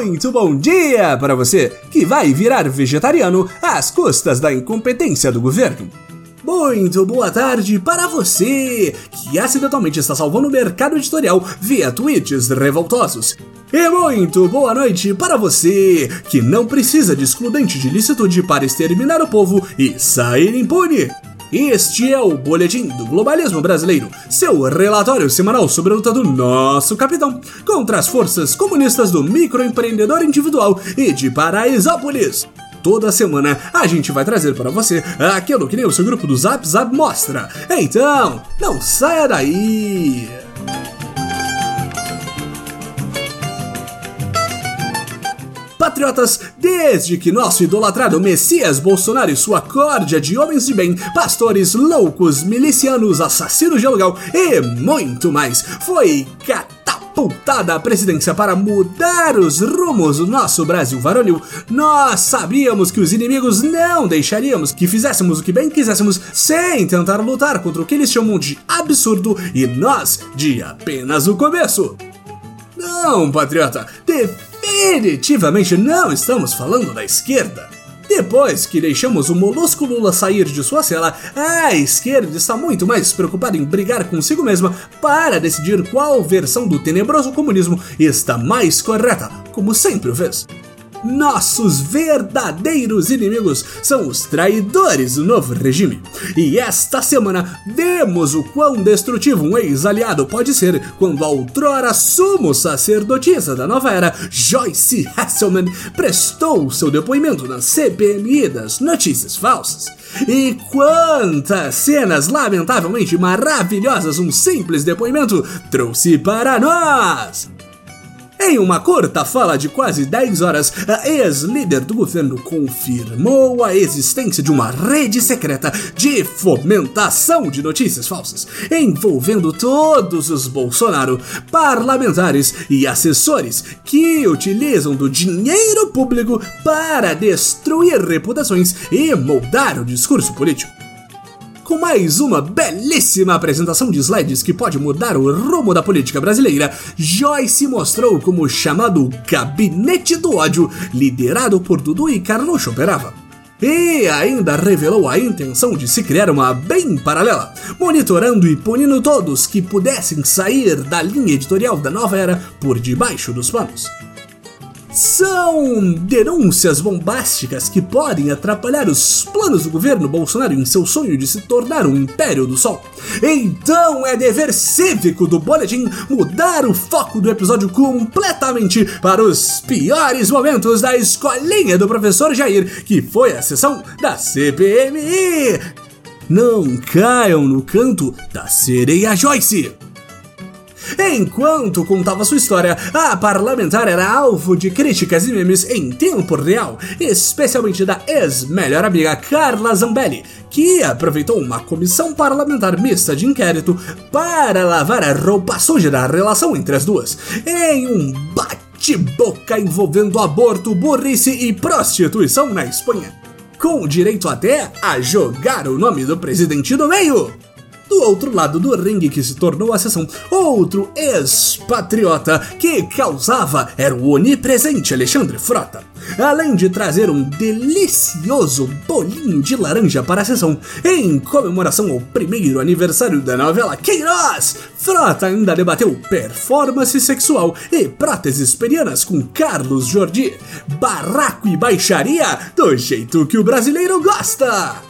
Muito bom dia para você que vai virar vegetariano às custas da incompetência do governo. Muito boa tarde para você que acidentalmente está salvando o mercado editorial via tweets revoltosos. E muito boa noite para você que não precisa de excludente de licitude para exterminar o povo e sair impune. Este é o Boletim do Globalismo Brasileiro, seu relatório semanal sobre a luta do nosso capitão contra as forças comunistas do microempreendedor individual e de Paraisópolis. Toda semana a gente vai trazer para você aquilo que nem o seu grupo do Zap mostra. Então, não saia daí! Patriotas, desde que nosso idolatrado Messias Bolsonaro e sua córdia de homens de bem, pastores loucos, milicianos, assassinos de aluguel e muito mais, foi catapultada à presidência para mudar os rumos do nosso Brasil varonil, nós sabíamos que os inimigos não deixaríamos que fizéssemos o que bem quiséssemos sem tentar lutar contra o que eles chamam de absurdo e nós de apenas o começo. Não, patriota, definitivamente não estamos falando da esquerda. Depois que deixamos o molusco Lula sair de sua cela, a esquerda está muito mais preocupada em brigar consigo mesma para decidir qual versão do tenebroso comunismo está mais correta, como sempre o fez. Nossos verdadeiros inimigos são os traidores do novo regime. E esta semana vemos o quão destrutivo um ex-aliado pode ser quando a outrora sumo sacerdotisa da nova era, Joyce Hasselman, prestou seu depoimento na CPMI das notícias falsas. E quantas cenas lamentavelmente maravilhosas um simples depoimento trouxe para nós! Em uma curta fala de quase 10 horas, a ex-líder do governo confirmou a existência de uma rede secreta de fomentação de notícias falsas, envolvendo todos os Bolsonaro, parlamentares e assessores que utilizam do dinheiro público para destruir reputações e moldar o discurso político. Com mais uma belíssima apresentação de slides que pode mudar o rumo da política brasileira, Joyce mostrou como o chamado Gabinete do Ódio, liderado por Dudu e Carluxo operava. E ainda revelou a intenção de se criar uma bem paralela, monitorando e punindo todos que pudessem sair da linha editorial da nova era por debaixo dos panos. São denúncias bombásticas que podem atrapalhar os planos do governo Bolsonaro em seu sonho de se tornar um império do sol. Então é dever cívico do Boletim mudar o foco do episódio completamente para os piores momentos da escolinha do professor Jair, que foi a sessão da CPMI. Não caiam no canto da sereia Joyce. Enquanto contava sua história, a parlamentar era alvo de críticas e memes em tempo real, especialmente da ex-melhor amiga Carla Zambelli, que aproveitou uma comissão parlamentar mista de inquérito para lavar a roupa suja da relação entre as duas, em um bate-boca envolvendo aborto, burrice e prostituição na Espanha, com direito até a jogar o nome do presidente no meio. Do outro lado do ringue que se tornou a sessão, outro ex-patriota que causava era o onipresente Alexandre Frota. Além de trazer um delicioso bolinho de laranja para a sessão, em comemoração ao primeiro aniversário da novela Queiroz, Frota ainda debateu performance sexual e próteses penianas com Carlos Jordi, barraco e baixaria do jeito que o brasileiro gosta.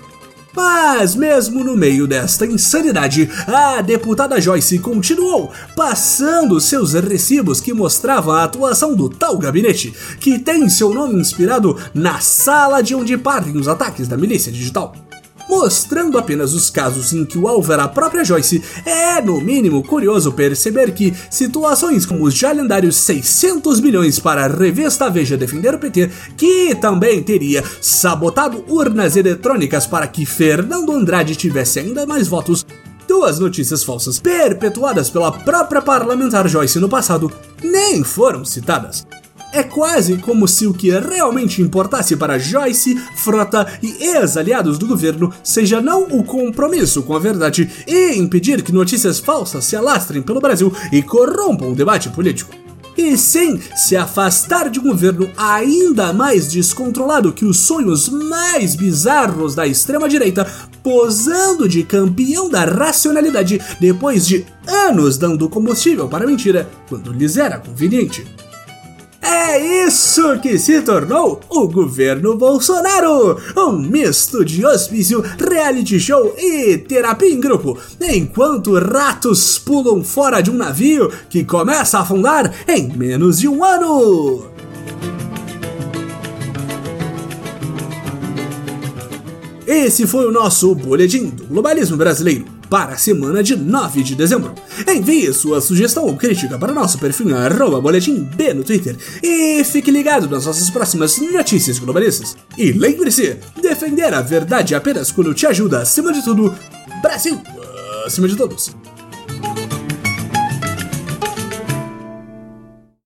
Mas mesmo no meio desta insanidade, a deputada Joyce continuou passando seus recibos que mostravam a atuação do tal gabinete, que tem seu nome inspirado na sala de onde partem os ataques da milícia digital. Mostrando apenas os casos em que o alvo era a própria Joyce, é no mínimo curioso perceber que situações como os já lendários 600 milhões para a revista Veja defender o PT, que também teria sabotado urnas eletrônicas para que Fernando Andrade tivesse ainda mais votos, duas notícias falsas perpetuadas pela própria parlamentar Joyce no passado, nem foram citadas. É quase como se o que realmente importasse para Joyce, Frota e ex-aliados do governo seja não o compromisso com a verdade e impedir que notícias falsas se alastrem pelo Brasil e corrompam o debate político. E sim, se afastar de um governo ainda mais descontrolado que os sonhos mais bizarros da extrema-direita, posando de campeão da racionalidade depois de anos dando combustível para a mentira quando lhes era conveniente. É isso que se tornou o governo Bolsonaro, um misto de hospício, reality show e terapia em grupo, enquanto ratos pulam fora de um navio que começa a afundar em menos de um ano. Esse foi o nosso Boletim do Globalismo Brasileiro para a semana de 9 de dezembro. Envie sua sugestão ou crítica para o nosso perfil @BoletimB no Twitter e fique ligado nas nossas próximas notícias globalistas. E lembre-se, defender a verdade apenas quando te ajuda, acima de tudo, Brasil, acima de todos.